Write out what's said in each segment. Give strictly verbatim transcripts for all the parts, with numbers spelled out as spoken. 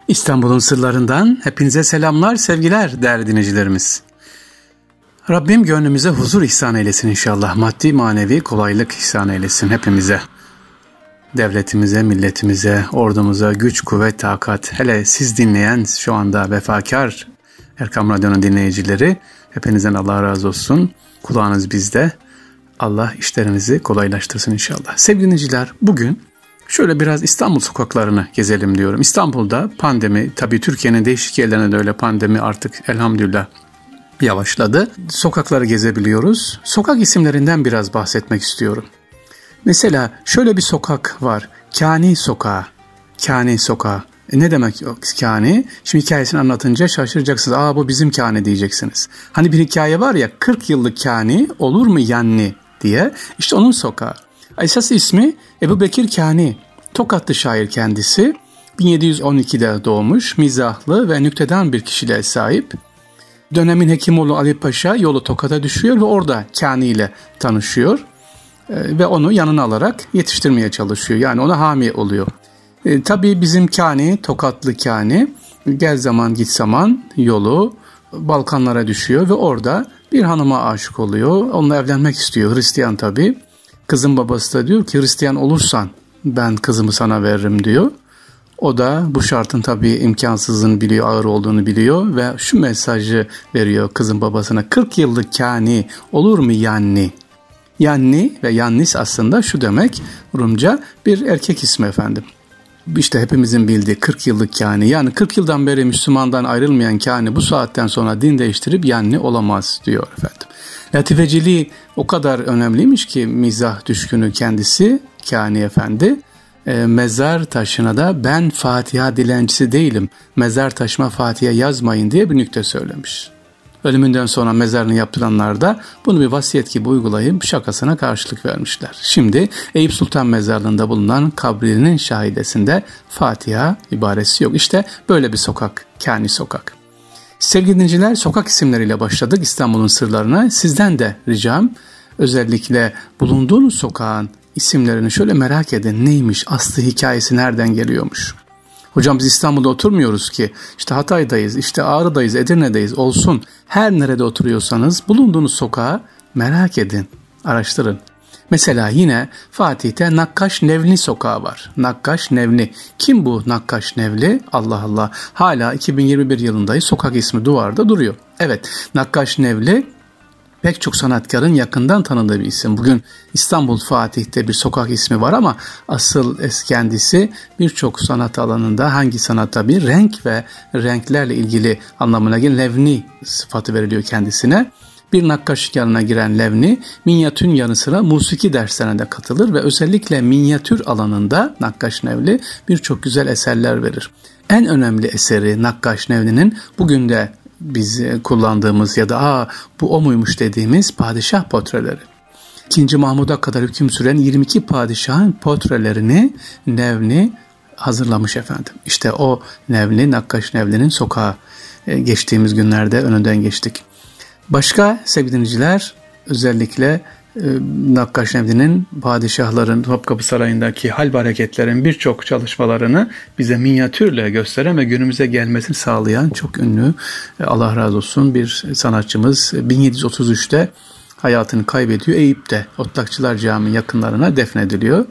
İstanbul'un sırlarından hepinize selamlar, sevgiler değerli dinleyicilerimiz. Rabbim gönlümüze huzur ihsan eylesin inşallah. Maddi manevi kolaylık ihsan eylesin hepimize. Devletimize, milletimize, ordumuza güç, kuvvet, takat. Hele siz dinleyen şu anda vefakar Erkam Radyo'nun dinleyicileri, hepinizden Allah razı olsun. Kulağınız bizde. Allah işlerinizi kolaylaştırsın inşallah. Sevgili dinleyiciler, bugün şöyle biraz İstanbul sokaklarını gezelim diyorum. İstanbul'da pandemi, tabii Türkiye'nin değişik yerlerinde de öyle pandemi artık elhamdülillah yavaşladı. Sokakları gezebiliyoruz. Sokak isimlerinden biraz bahsetmek istiyorum. Mesela şöyle bir sokak var. Kani Sokağı. Kani Sokağı. E ne demek o Kani? Şimdi hikayesini anlatınca şaşıracaksınız. Aa bu bizim Kani diyeceksiniz. Hani bir hikaye var ya, kırk yıllık Kani olur mu yanni diye. İşte onun sokağı. Esas ismi Ebu Bekir Kani. Tokatlı şair kendisi. bin yedi yüz on ikide doğmuş, mizahlı ve nüktedan bir kişiliğe sahip. Dönemin Hekimoğlu Ali Paşa yolu Tokat'a düşüyor ve orada Kani ile tanışıyor. E, ve onu yanına alarak yetiştirmeye çalışıyor. Yani ona hami oluyor. E, tabii bizim Kani, Tokatlı Kani, gel zaman git zaman yolu Balkanlara düşüyor ve orada bir hanıma aşık oluyor. Onunla evlenmek istiyor. Hristiyan tabii. Kızın babası da diyor ki Hristiyan olursan ben kızımı sana veririm diyor. O da bu şartın tabii imkansızını biliyor, ağır olduğunu biliyor ve şu mesajı veriyor kızın babasına. kırk yıllık Kani olur mu yanni? Yanni ve yannis aslında şu demek, Rumca bir erkek ismi efendim. İşte hepimizin bildiği kırk yıllık Kani, yani kırk yıldan beri Müslümandan ayrılmayan Kani bu saatten sonra din değiştirip yanni olamaz diyor efendim. Latifeciliği o kadar önemliymiş ki mizah düşkünü kendisi Kani Efendi. E, mezar taşına da ben Fatiha dilencisi değilim, mezar taşıma Fatiha yazmayın diye bir nükte söylemiş. Ölümünden sonra mezarını yaptıranlar da bunu bir vasiyet gibi uygulayıp şakasına karşılık vermişler. Şimdi Eyüp Sultan Mezarlığı'nda bulunan kabrinin şahidesinde Fatiha ibaresi yok. İşte böyle bir sokak, Kani Sokak. Sevgili dinleyiciler, sokak isimleriyle başladık İstanbul'un sırlarına. Sizden de ricam, özellikle bulunduğunuz sokağın isimlerini şöyle merak edin. Neymiş, aslı hikayesi nereden geliyormuş? Hocam biz İstanbul'da oturmuyoruz ki. İşte Hatay'dayız, işte Ağrı'dayız, Edirne'deyiz. Olsun, her nerede oturuyorsanız bulunduğunuz sokağı merak edin, araştırın. Mesela yine Fatih'te Nakkaş Nevli sokağı var. Nakkaş Nevli. Kim bu Nakkaş Nevli? Allah Allah. Hala iki bin yirmi bir yılındayız. Sokak ismi duvarda duruyor. Evet, Nakkaş Nevli pek çok sanatkarın yakından tanıdığı bir isim. Bugün İstanbul Fatih'te bir sokak ismi var ama asıl kendisi birçok sanat alanında, hangi sanat tabii, renk ve renklerle ilgili anlamına gelen Levni sıfatı veriliyor kendisine. Bir nakkaşlık yanına giren Levni, minyatürün yanı sıra musiki derslerine de katılır ve özellikle minyatür alanında Nakkaş Nevli birçok güzel eserler verir. En önemli eseri Nakkaş Nevli'nin bugün de biz kullandığımız ya da aa bu o muymuş dediğimiz padişah portreleri. İkinci Mahmud'a kadar hüküm süren yirmi iki padişahın portrelerini Nevni hazırlamış efendim. İşte o Nevli, Nakkaş Nevli'nin sokağı, geçtiğimiz günlerde önünden geçtik. Başka sevgili dinleyiciler, özellikle e, Nakkaş Nevli'nin padişahların Topkapı Sarayı'ndaki hal ve hareketlerin birçok çalışmalarını bize minyatürle gösteren ve günümüze gelmesini sağlayan çok ünlü, e, Allah razı olsun, bir sanatçımız bin yedi yüz otuz üçte hayatını kaybediyor. Eyüp'te Otlakçılar Camii yakınlarına defnediliyor.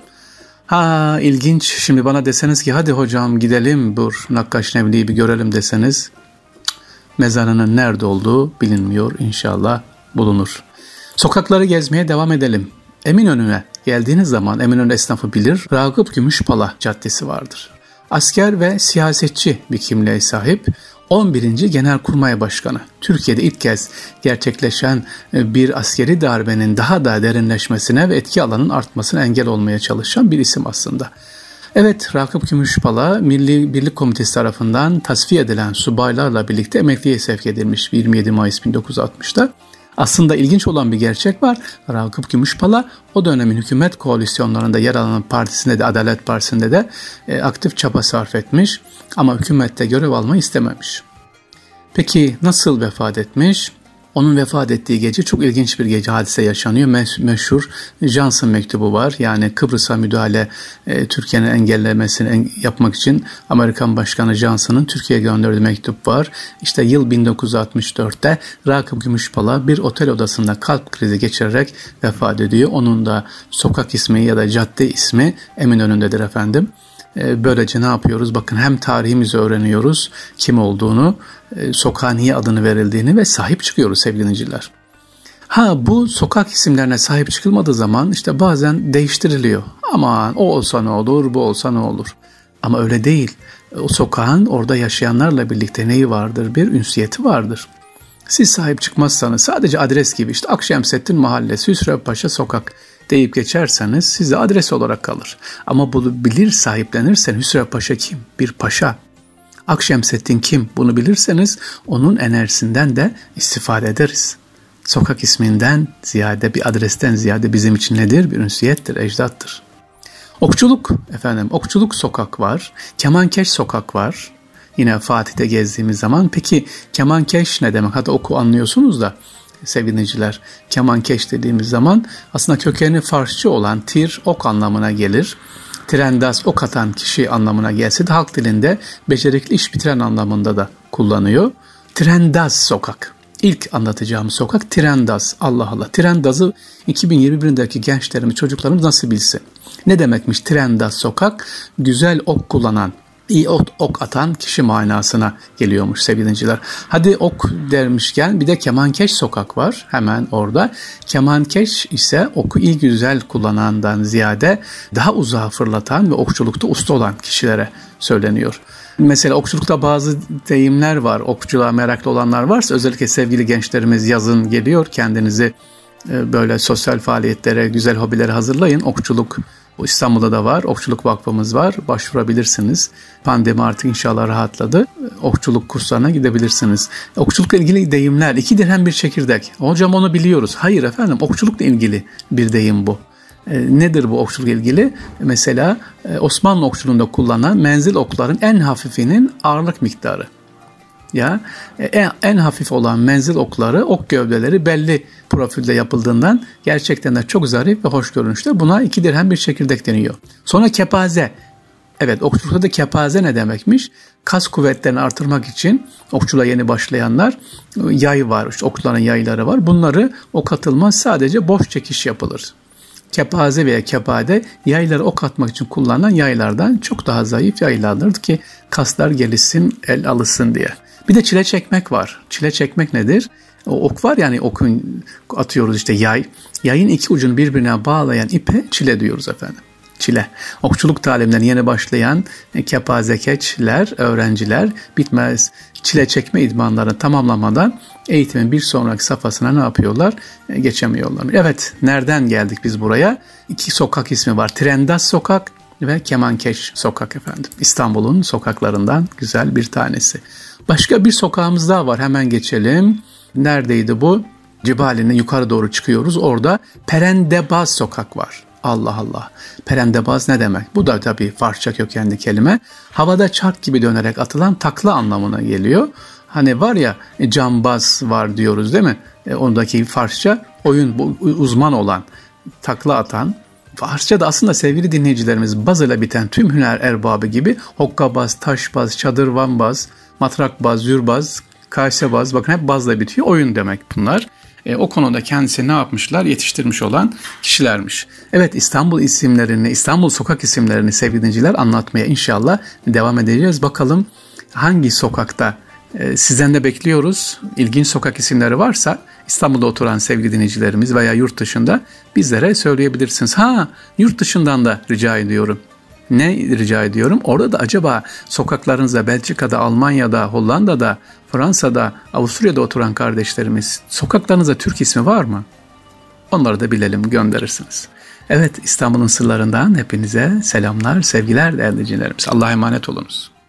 Ha ilginç, şimdi bana deseniz ki hadi hocam gidelim bu Nakkaş Nevli'yi bir görelim deseniz, mezarının nerede olduğu bilinmiyor, inşallah bulunur. Sokakları gezmeye devam edelim. Eminönü'ne geldiğiniz zaman Eminönü esnafı bilir, Ragıp Gümüşpala Caddesi vardır. Asker ve siyasetçi bir kimliğe sahip on birinci Genelkurmay Başkanı. Türkiye'de ilk kez gerçekleşen bir askeri darbenin daha da derinleşmesine ve etki alanının artmasına engel olmaya çalışan bir isim aslında. Evet, Ragıp Gümüşpala Milli Birlik Komitesi tarafından tasfiye edilen subaylarla birlikte emekliye sevk edilmiş yirmi yedi Mayıs bin dokuz yüz altmışta. Aslında ilginç olan bir gerçek var. Ragıp Gümüşpala o dönemin hükümet koalisyonlarında yer alan partisinde de, Adalet Partisi'nde de e, aktif çaba sarf etmiş ama hükümette görev almayı istememiş. Peki nasıl vefat etmiş? Onun vefat ettiği gece çok ilginç bir gece hadise yaşanıyor. Meş- meşhur Johnson mektubu var. Yani Kıbrıs'a müdahale e, Türkiye'nin engellemesini en, yapmak için Amerikan Başkanı Johnson'ın Türkiye'ye gönderdiği mektup var. İşte yıl bin dokuz yüz altmış dörtte Rakip Gümüşpala bir otel odasında kalp krizi geçirerek vefat ediyor. Onun da sokak ismi ya da cadde ismi Eminönü'ndedir efendim. Böylece ne yapıyoruz? Bakın hem tarihimizi öğreniyoruz, kim olduğunu, sokağa niye adını verildiğini ve sahip çıkıyoruz sevgili dinleyiciler. Ha bu sokak isimlerine sahip çıkılmadığı zaman işte bazen değiştiriliyor. Aman o olsa ne olur, bu olsa ne olur. Ama öyle değil. O sokağın orada yaşayanlarla birlikte neyi vardır? Bir ünsiyeti vardır. Siz sahip çıkmazsanız sadece adres gibi işte Akşemseddin Mahallesi, Hüsrevpaşa Sokak deyip geçerseniz size adres olarak kalır. Ama bunu bilir sahiplenirseniz Hüsrevpaşa kim? Bir paşa. Akşemseddin kim? Bunu bilirseniz onun enerjisinden de istifade ederiz. Sokak isminden ziyade, bir adresten ziyade bizim için nedir? Bir ünsiyettir, ecdattır. Okçuluk efendim, okçuluk sokak var. Kemankeş sokak var. Yine Fatih'te gezdiğimiz zaman. Peki kemankeş ne demek? Hadi oku anlıyorsunuz da sevgili dinleyiciler. Kemankeş dediğimiz zaman aslında kökeni Farsça olan tir, ok anlamına gelir. Tirendas, ok atan kişi anlamına gelse de halk dilinde becerikli iş bitiren anlamında da kullanıyor. Tirendas sokak. İlk anlatacağım sokak Tirendas. Allah Allah. Tirendas'ı iki bin yirmi bir'deki gençlerimiz, çocuklarımız nasıl bilsin? Ne demekmiş Tirendas sokak? Güzel ok kullanan, iyi ok, ok atan kişi manasına geliyormuş sevgili dinleyiciler. Hadi ok dermişken bir de kemankeş sokak var hemen orada. Kemankeş ise oku iyi güzel kullanandan ziyade daha uzağa fırlatan ve okçulukta usta olan kişilere söyleniyor. Mesela okçulukta bazı deyimler var. Okçuluğa meraklı olanlar varsa özellikle sevgili gençlerimiz yazın geliyor. Kendinizi böyle sosyal faaliyetlere, güzel hobilere hazırlayın. Okçuluk İstanbul'da da var. Okçuluk Vakfımız var. Başvurabilirsiniz. Pandemi artık inşallah rahatladı. Okçuluk kurslarına gidebilirsiniz. Okçulukla ilgili deyimler. İki dirhem bir çekirdek. Hocam onu biliyoruz. Hayır efendim. Okçulukla ilgili bir deyim bu. E, nedir bu okçulukla ilgili? Mesela e, Osmanlı okçuluğunda kullanılan menzil okların en hafifinin ağırlık miktarı. Ya en, en hafif olan menzil okları, ok gövdeleri belli profilde yapıldığından gerçekten de çok zarif ve hoş görünüşte. Buna iki dirhem bir çekirdek deniyor. Sonra kepaze. Evet, okçulukta da kepaze ne demekmiş? Kas kuvvetlerini artırmak için okçuluğa yeni başlayanlar, yay var, işte okçuların yayları var. Bunları ok atılmaz, sadece boş çekiş yapılır. Kepaze veya kepade yayları ok atmak için kullanılan yaylardan çok daha zayıf yaylardır ki kaslar gelişsin, el alışsın diye. Bir de çile çekmek var. Çile çekmek nedir? O ok var yani okun atıyoruz işte yay. Yayın iki ucunu birbirine bağlayan ipe çile diyoruz efendim. Çile. Okçuluk talimlerine yeni başlayan kepazekeçler, öğrenciler bitmez çile çekme idmanlarını tamamlamadan eğitimin bir sonraki safhasına ne yapıyorlar? Geçemiyorlar. Evet, nereden geldik biz buraya? İki sokak ismi var. Tirendas Sokak ve Kemankeş Sokak efendim. İstanbul'un sokaklarından güzel bir tanesi. Başka bir sokağımız daha var. Hemen geçelim. Neredeydi bu? Cibali'ne yukarı doğru çıkıyoruz. Orada Perendebaz Sokak var. Allah Allah. Perendebaz ne demek? Bu da tabii Farsça kökenli kelime. Havada çark gibi dönerek atılan takla anlamına geliyor. Hani var ya cambaz var diyoruz değil mi? E, ondaki Farsça oyun uzman olan, takla atan. Farsça da aslında sevgili dinleyicilerimiz baz ile biten tüm hüner erbabı gibi hokkabaz, taşbaz, çadırvanbaz, matrakbaz, zürbaz, kaysebaz, bakın hep bazla bitiyor. Oyun demek bunlar. E, o konuda kendisi ne yapmışlar? Yetiştirmiş olan kişilermiş. Evet, İstanbul isimlerini, İstanbul sokak isimlerini sevgili dinleyiciler anlatmaya inşallah devam edeceğiz. Bakalım hangi sokakta e, sizden de bekliyoruz. İlginç sokak isimleri varsa İstanbul'da oturan sevgili dinleyicilerimiz veya yurt dışında bizlere söyleyebilirsiniz. Ha, yurt dışından da rica ediyorum. Ne rica ediyorum? Orada da acaba sokaklarınızda Belçika'da, Almanya'da, Hollanda'da, Fransa'da, Avusturya'da oturan kardeşlerimiz sokaklarınızda Türk ismi var mı? Onları da bilelim, gönderirsiniz. Evet, İstanbul'un sırlarından hepinize selamlar, sevgiler değerli dinleyicilerimiz. Allah'a emanet olunuz.